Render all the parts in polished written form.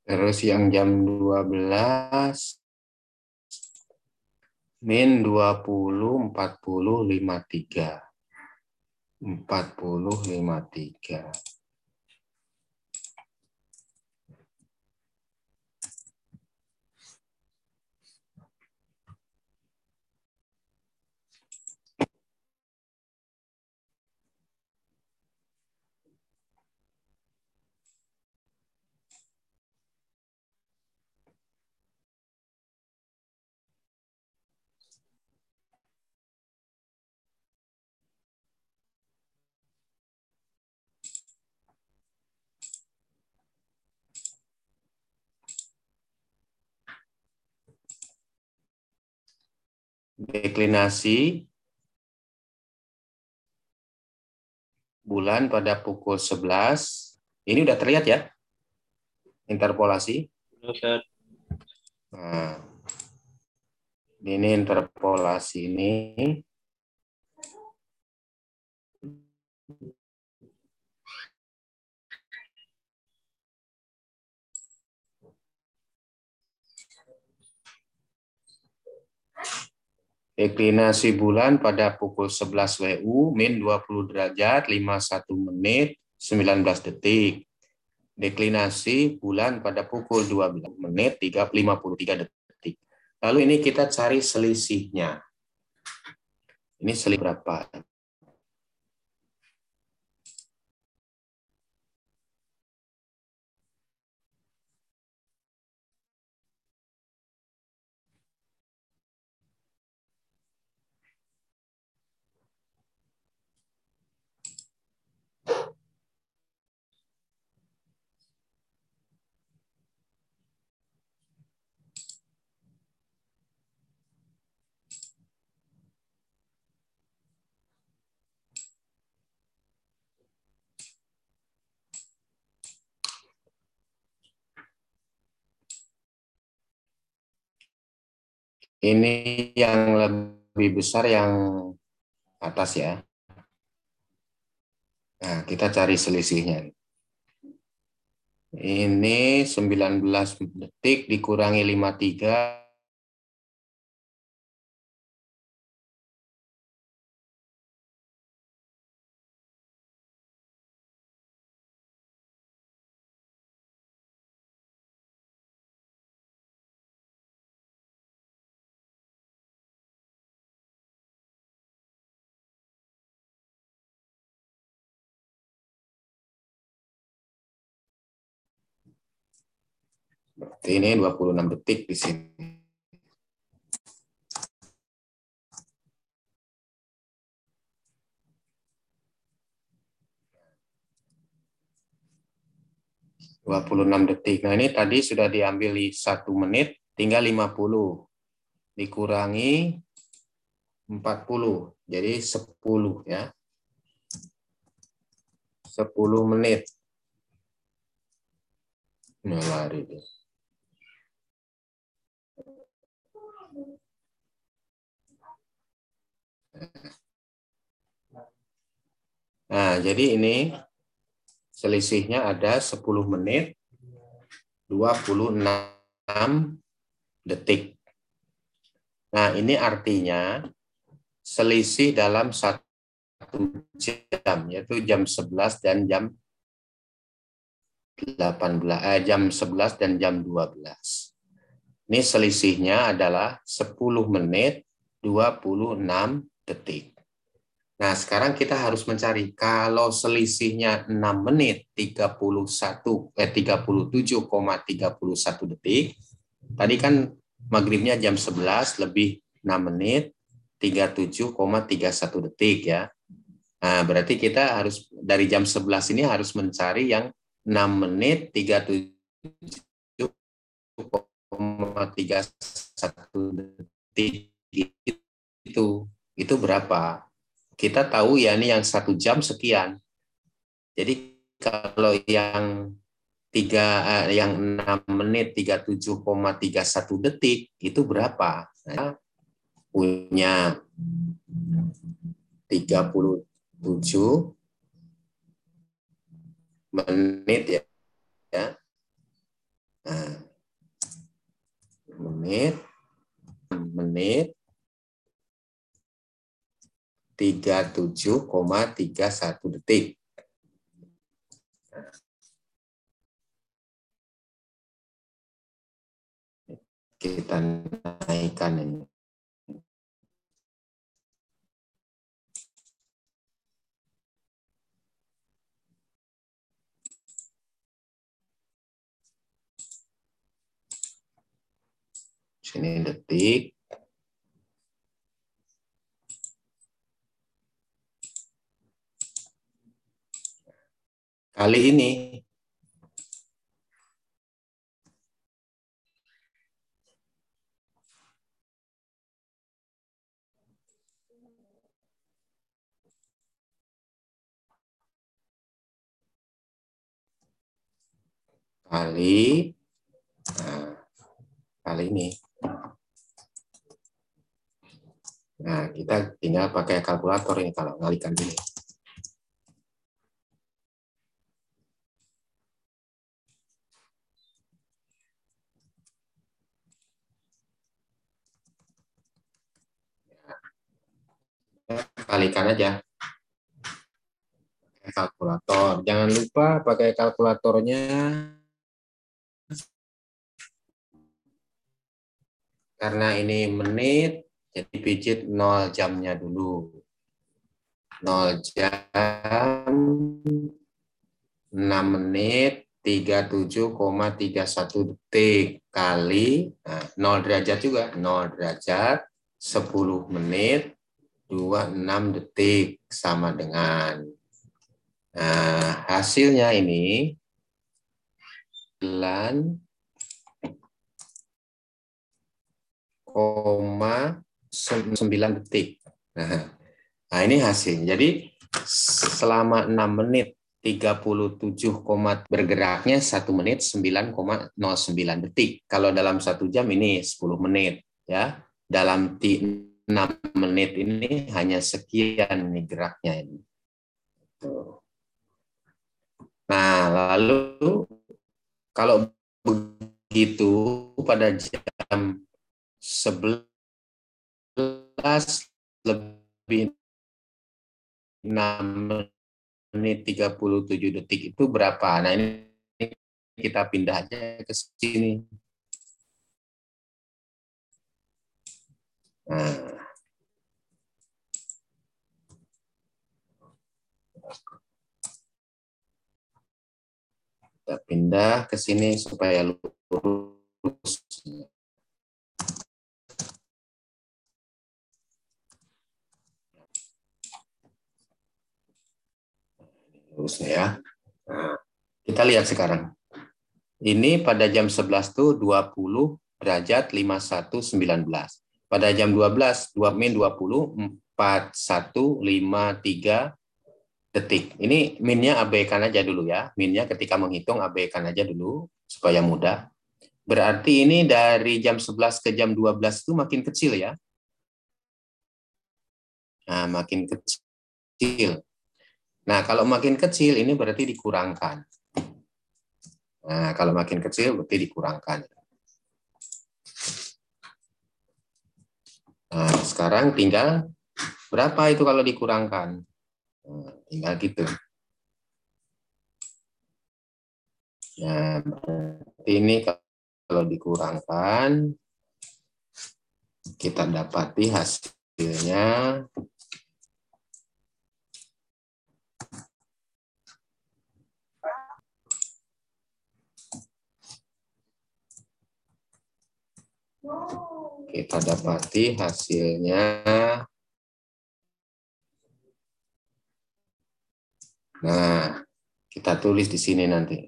Terus yang jam 12 min 20 40 53. 40 53. Deklinasi bulan pada pukul 11. Ini udah terlihat ya? Interpolasi. Nah, ini interpolasi ini. Deklinasi bulan pada pukul 11 WU min 20 derajat 51 menit 19 detik. Deklinasi bulan pada pukul 12 menit 53 detik. Lalu ini kita cari selisihnya. Ini selisih berapa? Ini yang lebih besar yang atas ya. Nah, kita cari selisihnya. Ini 19 detik dikurangi 53. Berarti ini 26 detik di sini. detik. Nah, ini tadi sudah diambil 1 menit, tinggal 50. Dikurangi 40. Jadi 10 ya. 10 menit. Nah, lari deh. Nah, jadi ini selisihnya ada 10 menit 26 detik. Nah, ini artinya selisih dalam 1 jam, yaitu jam 11 dan jam 18, jam 11 dan jam 12. Ini selisihnya adalah 10 menit 26 detik. Nah, sekarang kita harus mencari kalau selisihnya 6 menit 37,31 detik. Tadi kan maghribnya jam 11 lebih 6 menit 37,31 detik ya. Nah, berarti kita harus dari jam 11 ini harus mencari yang 6 menit 37,31 detik itu berapa? Kita tahu ya ini yang 1 jam sekian. Jadi kalau yang 6 menit 37,31 detik itu berapa? Nah, punya 37 menit ya. Nah, menit 37,31 detik. Kita naikkan ini. Sini detik. Kali ini kali ini. Nah, kita tinggal pakai kalkulator ini kalau ngalikan ini. Kalikan aja. Kalkulator. Jangan lupa pakai kalkulatornya. Karena ini menit, jadi pijit 0 jamnya dulu. 0 jam, 6 menit, 37,31 detik kali, nah, 0 derajat juga, 0 derajat, 10 menit, 26 detik, sama dengan. Nah, hasilnya ini 9,9 detik. Nah, ini hasil. Jadi selama 6 menit 37, bergeraknya 1 menit 9,09 detik. Kalau dalam 1 jam ini 10 menit, ya. Dalam 6 menit ini hanya sekian nih geraknya ini. Nah, lalu kalau begitu pada jam 11 lebih 6 menit 37 detik itu berapa? Nah, ini kita pindah aja ke sini. Nah, kita pindah ke sini supaya lurus. Lurusnya ya. Nah, kita lihat sekarang. Ini pada jam 11 tuh 20 derajat 5119. Pada jam 12, 2 min 20, 4153 detik. Ini minnya abaikan aja dulu ya. Minnya ketika menghitung abaikan aja dulu supaya mudah. Berarti ini dari jam 11 ke jam 12 itu makin kecil ya. Nah, makin kecil. Nah, kalau makin kecil ini berarti dikurangkan. Nah, kalau makin kecil berarti dikurangkan. Nah, sekarang tinggal berapa itu kalau dikurangkan? Nah, tinggal gitu. Nah, berarti ini kalau dikurangkan, kita dapati hasilnya nah, kita tulis di sini nanti.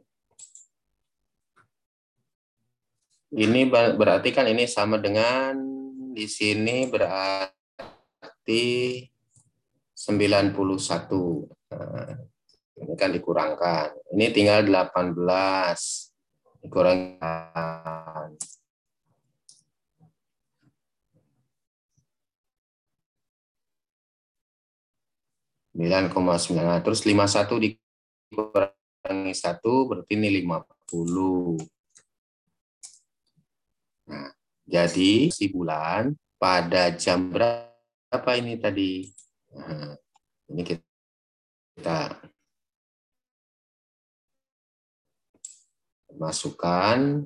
Ini berarti kan ini sama dengan di sini berarti 91. Nah, ini kan dikurangkan. Ini tinggal 18. Dikurangkan. 9,9. Nah, terus 51 dikurangi 1 berarti ini 50. Nah, jadi si bulan pada jam berapa ini tadi? Nah, ini kita masukkan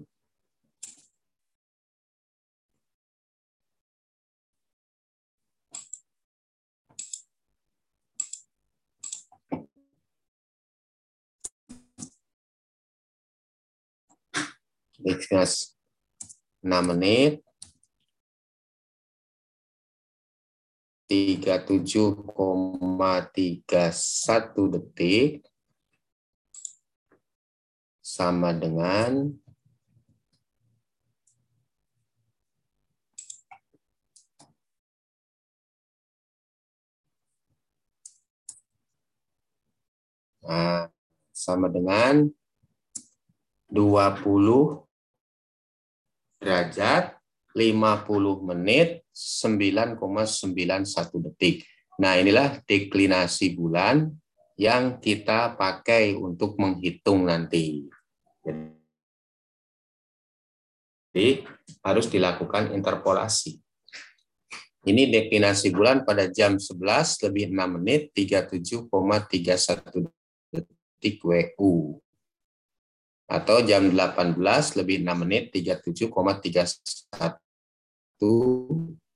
X 6 menit 37,31 detik sama dengan sama dengan 20 derajat 50 menit 9,91 detik. Nah, inilah deklinasi bulan yang kita pakai untuk menghitung nanti. Jadi harus dilakukan interpolasi. Ini deklinasi bulan pada jam 11 lebih 6 menit 37,31 detik WU. Atau jam 18 lebih 6 menit 37,31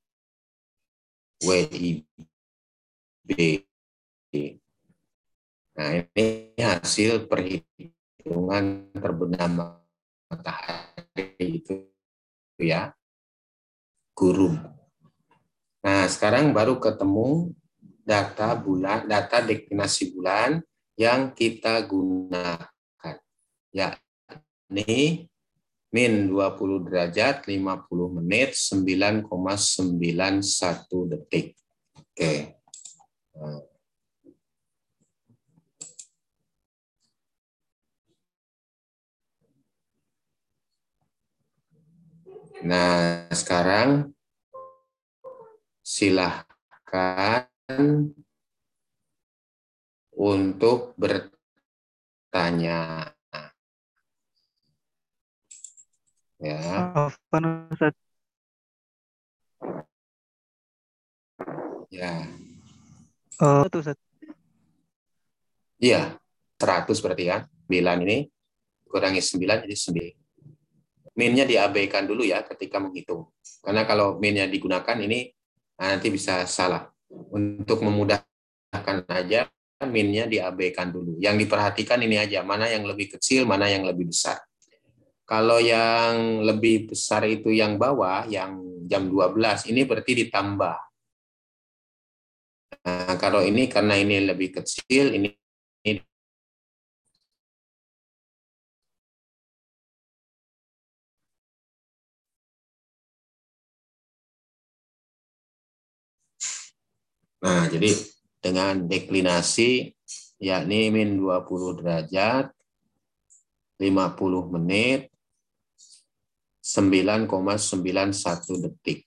WIB. Nah, ini hasil perhitungan terbenam matahari itu ya, guru. Nah, sekarang baru ketemu data bulan, data deklinasi bulan yang kita gunakan. Yakni min 20 derajat 50 menit 9,91 detik. Oke. Nah, sekarang silahkan untuk bertanya. Ya. Ya. Tuh, Ustaz. Iya, 100 berarti ya. 9 ini kurangi 9 jadi 9. Min-nya diabaikan dulu ya ketika menghitung. Karena kalau min-nya digunakan ini nanti bisa salah. Untuk memudahkan aja min-nya diabaikan dulu. Yang diperhatikan ini aja, mana yang lebih kecil, mana yang lebih besar. Kalau yang lebih besar itu yang bawah, yang jam 12, ini berarti ditambah. Nah, kalau ini karena ini lebih kecil, ini nah, jadi dengan deklinasi yakni min 20 derajat 50 menit 9,91 detik.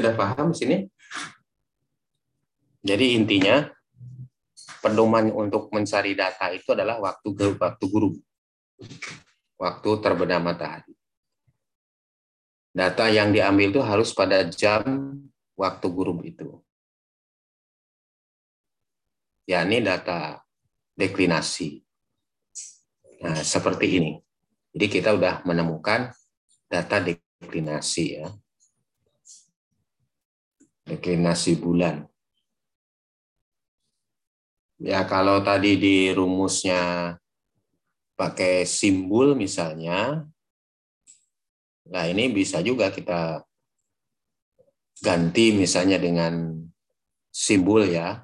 sudah paham di sini? Jadi intinya pedoman untuk mencari data itu adalah waktu guru, waktu terbenam matahari. Data yang diambil itu harus pada jam waktu guru itu. Yakni data deklinasi. Nah, seperti ini. Jadi kita sudah menemukan data deklinasi ya. Deklinasi bulan. Ya kalau tadi di rumusnya pakai simbol misalnya, nah ini bisa juga kita ganti misalnya dengan simbol ya,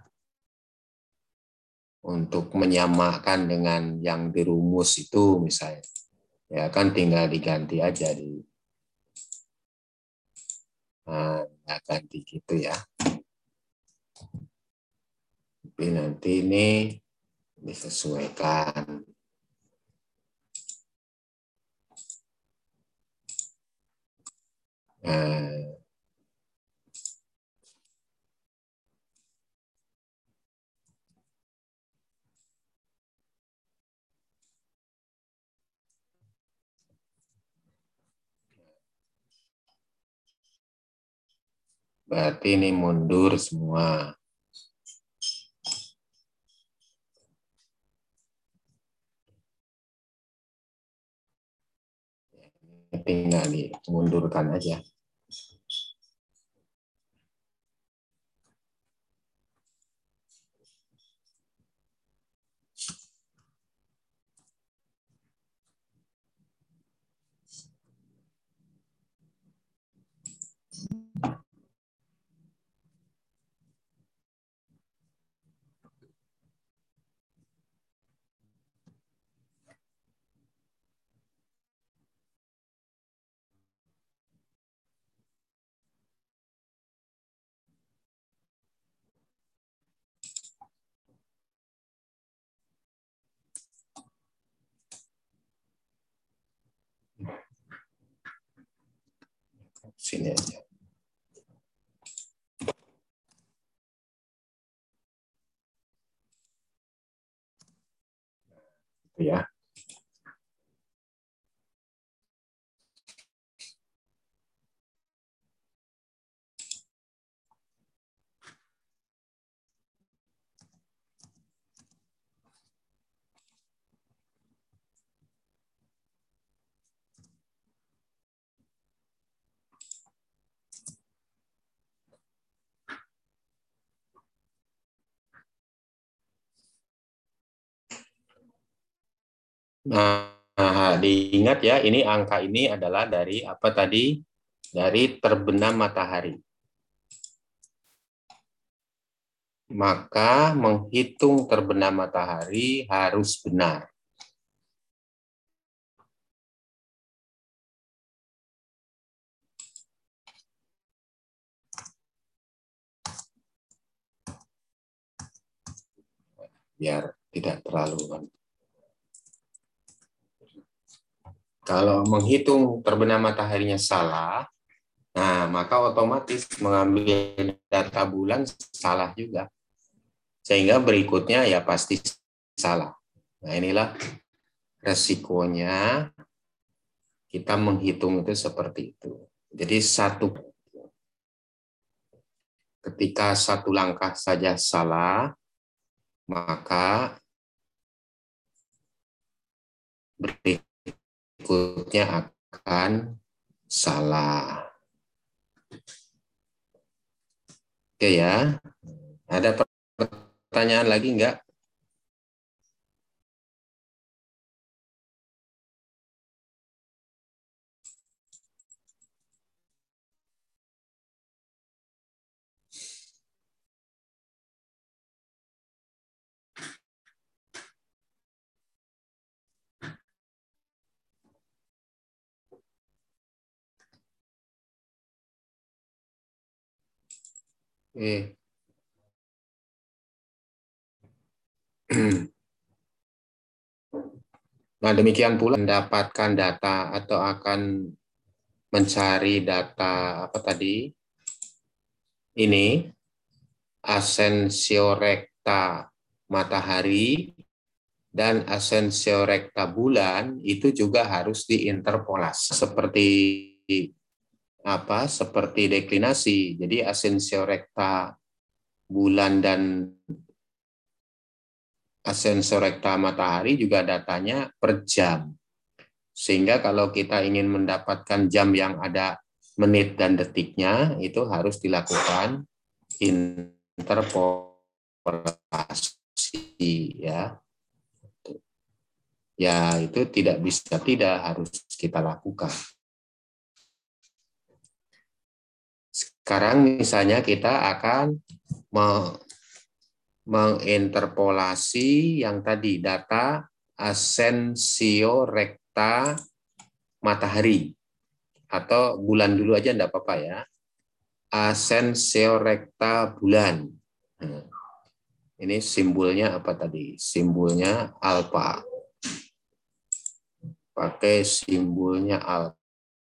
untuk menyamakan dengan yang di rumus itu misalnya. Ya kan tinggal diganti aja di ganti gitu ya. Tapi nanti ini disesuaikan. Nah, berarti ini mundur semua. Tinggal dimundurkan aja. Sini aja. Ya. Nah, diingat ya, ini angka ini adalah dari apa tadi? Dari terbenam matahari. Maka menghitung terbenam matahari harus benar. Biar tidak terlalu. Kalau menghitung terbenam mataharinya salah, nah maka otomatis mengambil data bulan salah juga. Sehingga berikutnya ya pasti salah. Nah inilah resikonya kita menghitung itu seperti itu. Jadi ketika satu langkah saja salah, maka berikutnya akan salah. Oke ya, ada pertanyaan lagi enggak? Nah, demikian pula mendapatkan data atau akan mencari data apa tadi? ini asensio rekta matahari dan asensio rekta bulan itu juga harus diinterpolasi seperti seperti deklinasi. Jadi asensio rekta bulan dan asensio rekta matahari juga datanya per jam. Sehingga kalau kita ingin mendapatkan jam yang ada menit dan detiknya, itu harus dilakukan interpolasi, ya. Ya, itu tidak harus kita lakukan. Sekarang misalnya kita akan menginterpolasi yang tadi data asensio rekta matahari, atau bulan dulu aja enggak apa-apa ya. Asensio rekta bulan. Nah, ini simbolnya apa tadi? Simbolnya alfa. Pakai simbolnya alfa.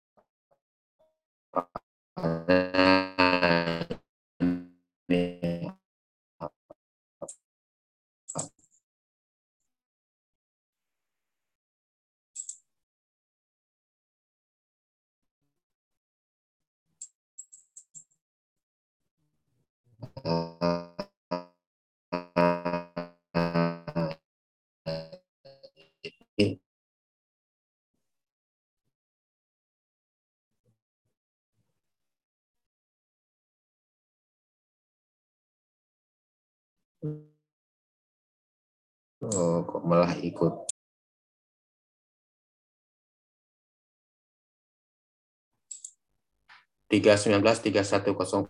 Oh, kok malah ikut. Tiga 19 3100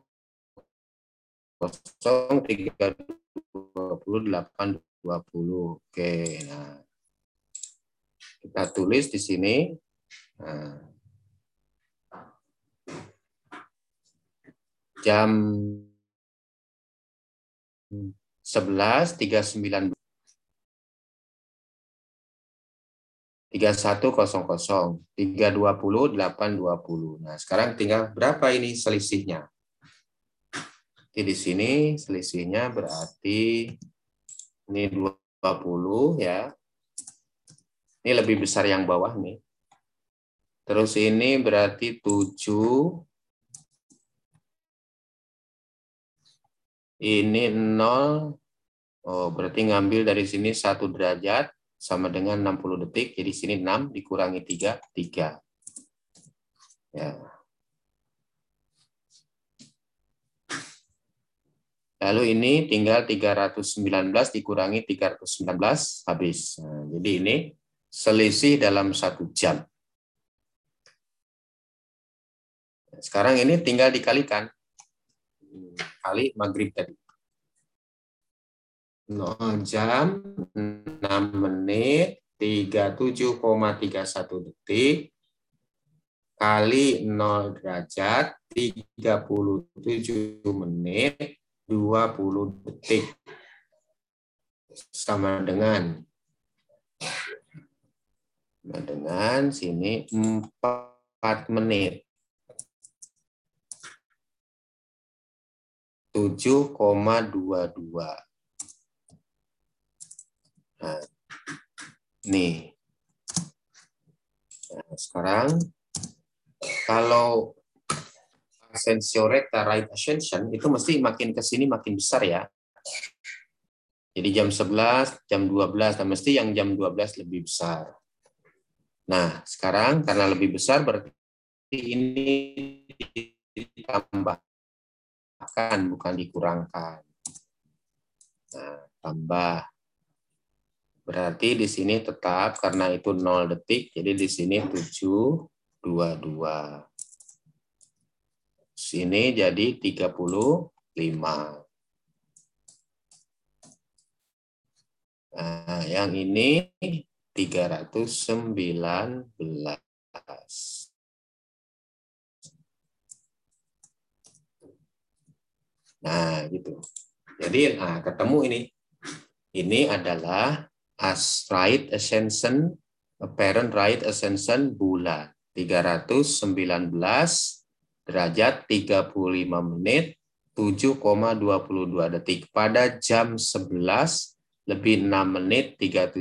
32820. Oke, nah kita tulis di sini. Nah, jam 11 39 3100 320 820. Nah, sekarang tinggal berapa ini selisihnya? Di sini selisihnya berarti ini 20 ya. Ini lebih besar yang bawah nih. Terus ini berarti 7. Ini 0. Oh, berarti ngambil dari sini 1 derajat sama dengan 60 detik. Jadi sini 6 dikurangi 3, 3. Ya. Lalu ini tinggal 319 dikurangi 319, habis. Nah, jadi ini selisih dalam 1 jam. Sekarang ini tinggal dikalikan. Kali maghrib tadi. 0 jam, 6 menit, 37,31 detik, kali 0 derajat, 37 menit, 20 detik. Sama dengan sini 4 menit. 7,22. Nah, nih. Nah, sekarang kalau asensio rekta right ascension itu mesti makin ke sini makin besar ya. Jadi jam 11, jam 12, nah mesti yang jam 12 lebih besar. Nah, sekarang karena lebih besar berarti ini ditambahkan bukan dikurangkan. Nah, tambah. Berarti di sini tetap karena itu 0 detik, jadi di sini 722. Sini jadi 35. Nah, yang ini 319. Nah, gitu. Jadi, ketemu ini. Ini adalah right ascension, apparent right ascension bulan. 319 derajat 35 menit 7,22 detik pada jam 11 lebih 6 menit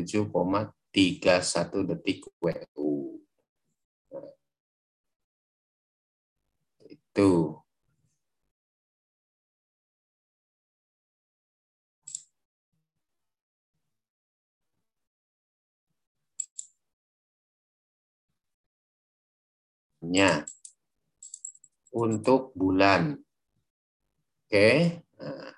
37,31 detik WU. Itu. Untuk bulan. Oke. Nah.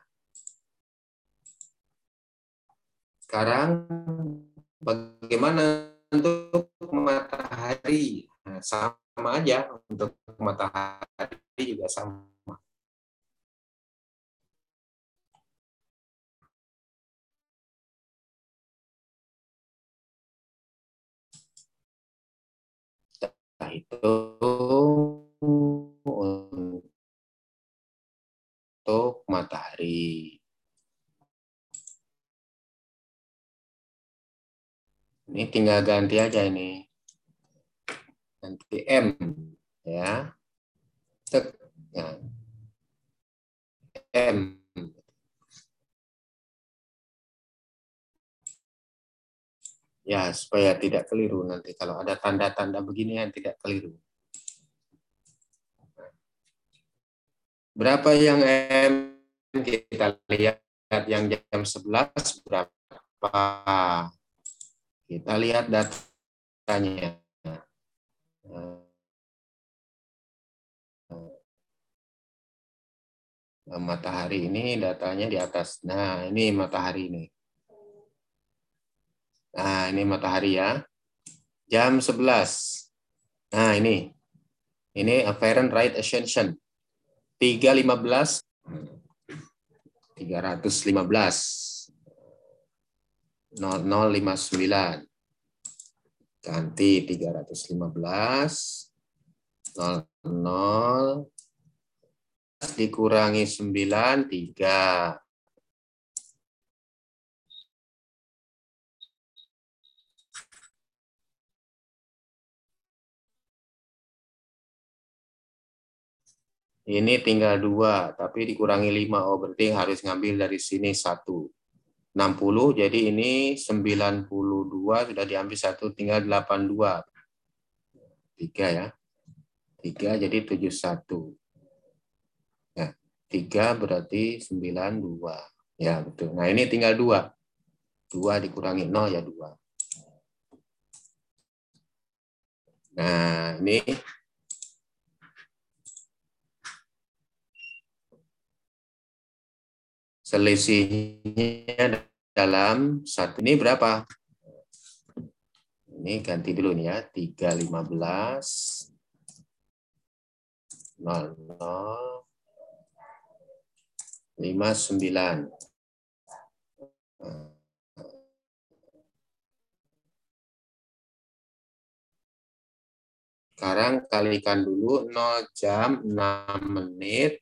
Sekarang bagaimana untuk matahari? Nah, sama aja untuk matahari juga sama. Nah, itu untuk matahari. Ini tinggal ganti aja ini. Ganti M ya. Ya. M. Ya, supaya tidak keliru nanti kalau ada tanda-tanda begini yang tidak keliru. Berapa yang M? Kita lihat yang jam 11 berapa. Kita lihat datanya. Matahari ini datanya di atas. Nah, ini matahari ini. Nah, ini matahari ya. Jam 11. Nah, ini. Ini apparent right ascension. 315. 315. 0059. Ganti 315. 00 dikurangi 9, 3. Ini tinggal 2, tapi dikurangi 5. Oh, berarti harus ngambil dari sini 1. 60, jadi ini 92, sudah diambil 1, tinggal 82. 3 ya. 3 jadi 71. Ya, 3 berarti 92. Ya, betul. Nah, ini tinggal 2. 2 dikurangi 0 ya 2. Nah, ini selisihnya dalam 1. Ini berapa? Ini ganti dulu nih ya. 315. 00. 59. Sekarang kalikan dulu 0 jam 6 menit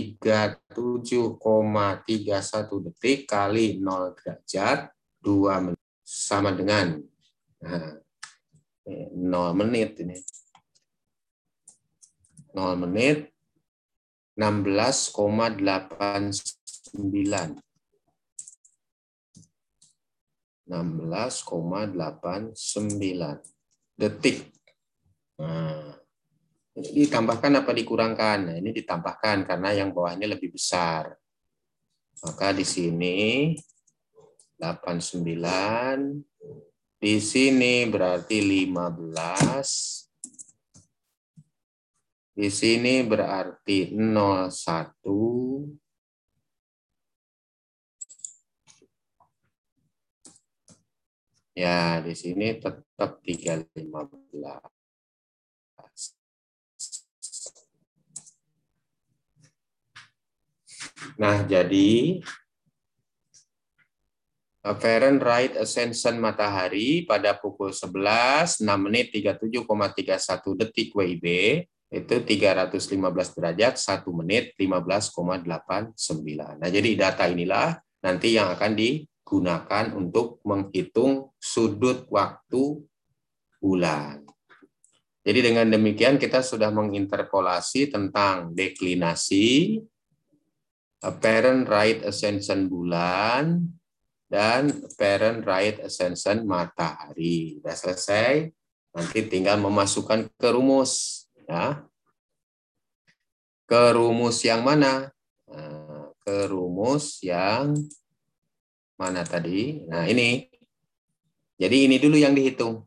37,31 detik kali 0 derajat 2 menit sama dengan 0 menit ini. 0 menit 16,89. 16,89 detik. Nah, ini ditambahkan apa dikurangkan? Nah, ini ditambahkan karena yang bawahnya lebih besar. Maka di sini 89, di sini berarti 15, di sini berarti 01, ya di sini tetap 315. Nah, jadi apparent right ascension matahari pada pukul 11, 6 menit 37,31 detik WIB, itu 315 derajat, 1 menit 15,89. Nah, jadi data inilah nanti yang akan digunakan untuk menghitung sudut waktu bulan. Jadi dengan demikian kita sudah menginterpolasi tentang deklinasi, apparent right ascension bulan dan apparent right ascension matahari. Sudah selesai. Nanti tinggal memasukkan ke rumus, ya. Ke rumus yang mana? Nah, ke rumus yang mana tadi? Nah, ini. Jadi ini dulu yang dihitung.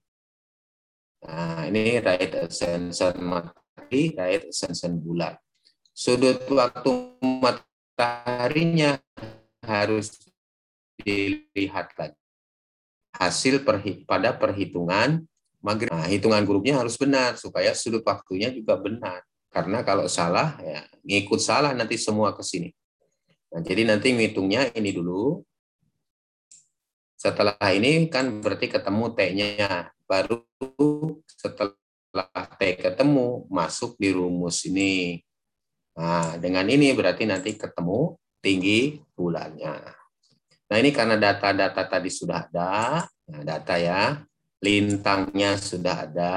Nah, ini right ascension matahari, right ascension bulan. Sudut waktu mataharinya harus dilihat lagi. Hasil pada perhitungan maghrib. Nah, hitungan grupnya harus benar supaya sudut waktunya juga benar. Karena kalau salah, ya ngikut salah nanti semua ke sini. Nah, jadi nanti ngitungnya ini dulu. Setelah ini kan berarti ketemu T-nya. Baru setelah T ketemu, masuk di rumus ini. Nah, dengan ini berarti nanti ketemu tinggi bulannya. Nah, ini karena data-data tadi sudah ada. Nah, data ya. Lintangnya sudah ada.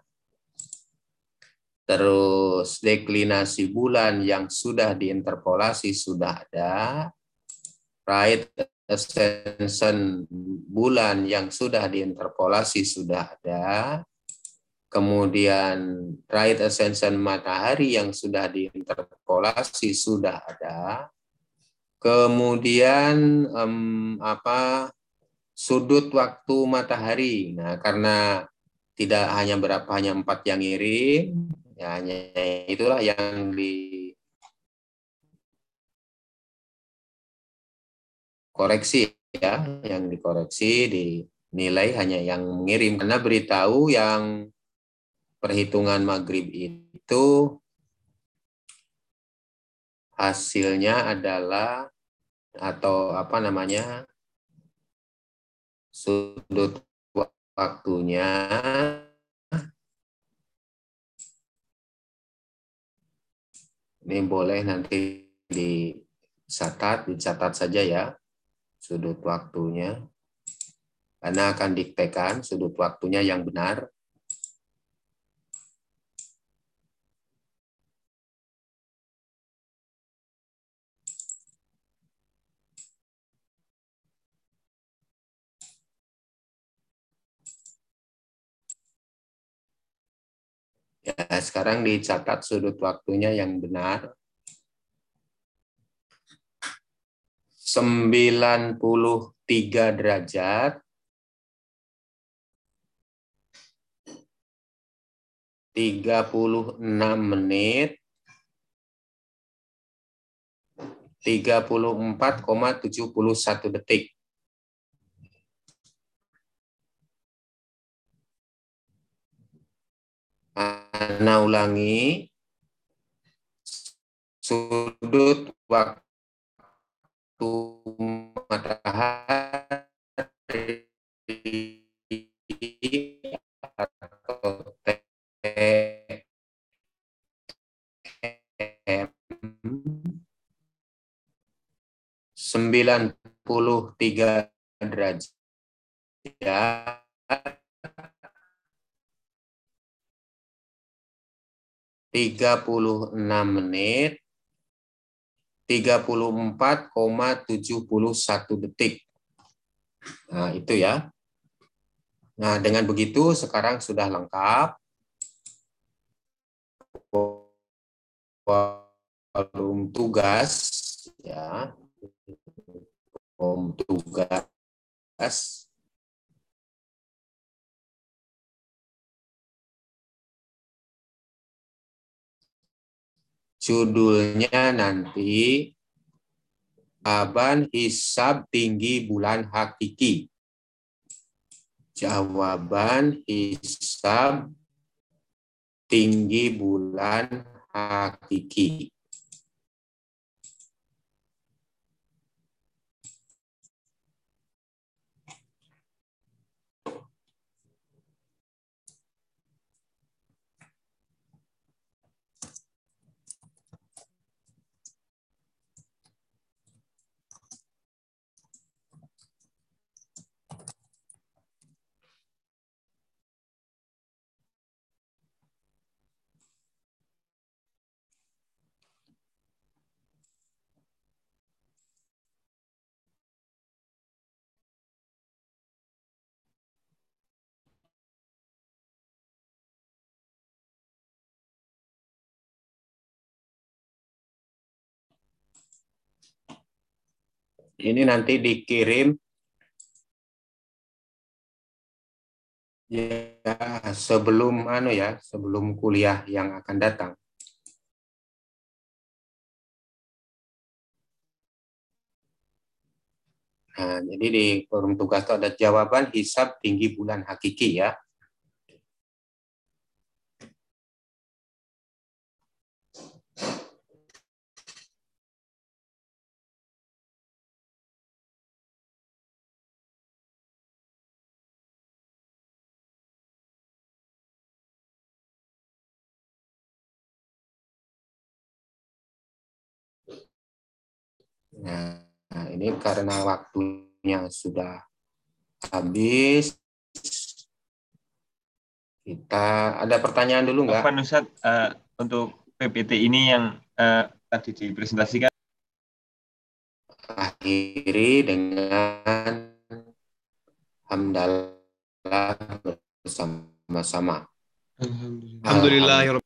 Terus deklinasi bulan yang sudah diinterpolasi sudah ada. Right ascension bulan yang sudah diinterpolasi sudah ada. Kemudian right ascension matahari yang sudah diinterpolasi sudah ada. Kemudian sudut waktu matahari. Nah, karena tidak hanya hanya 4 yang ngirim, ya hanya itulah yang dikoreksi ya, yang dikoreksi dinilai hanya yang mengirim karena beritahu yang perhitungan maghrib itu hasilnya adalah atau apa namanya sudut waktunya ini boleh nanti dicatat saja ya sudut waktunya karena akan diktekan sudut waktunya yang benar. Ya, sekarang dicatat sudut waktunya yang benar. 93 derajat 36 menit 34,71 detik. Ana ulangi sudut waktu matahari atau TM 93 derajat 36 menit 34,71 detik. Nah, itu ya. Nah, dengan begitu sekarang sudah lengkap. Volume tugas ya. Volume tugas. Judulnya nanti jawaban hisab tinggi bulan hakiki. Jawaban hisab tinggi bulan hakiki. Ini nanti dikirim ya sebelum kuliah yang akan datang. Nah, jadi di forum tugas itu ada jawaban hisab tinggi bulan hakiki ya. Nah, ini karena waktunya sudah habis, kita ada pertanyaan dulu nggak? Afwan Ustaz, untuk PPT ini yang tadi dipresentasikan. Akhiri dengan hamdalah bersama-sama. Alhamdulillah.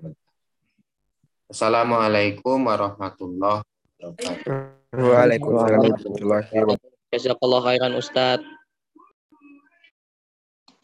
Assalamualaikum warahmatullahi wabarakatuh. Waalaikumsalam warahmatullahi wabarakatuh. Jazakallah khairan Ustadz.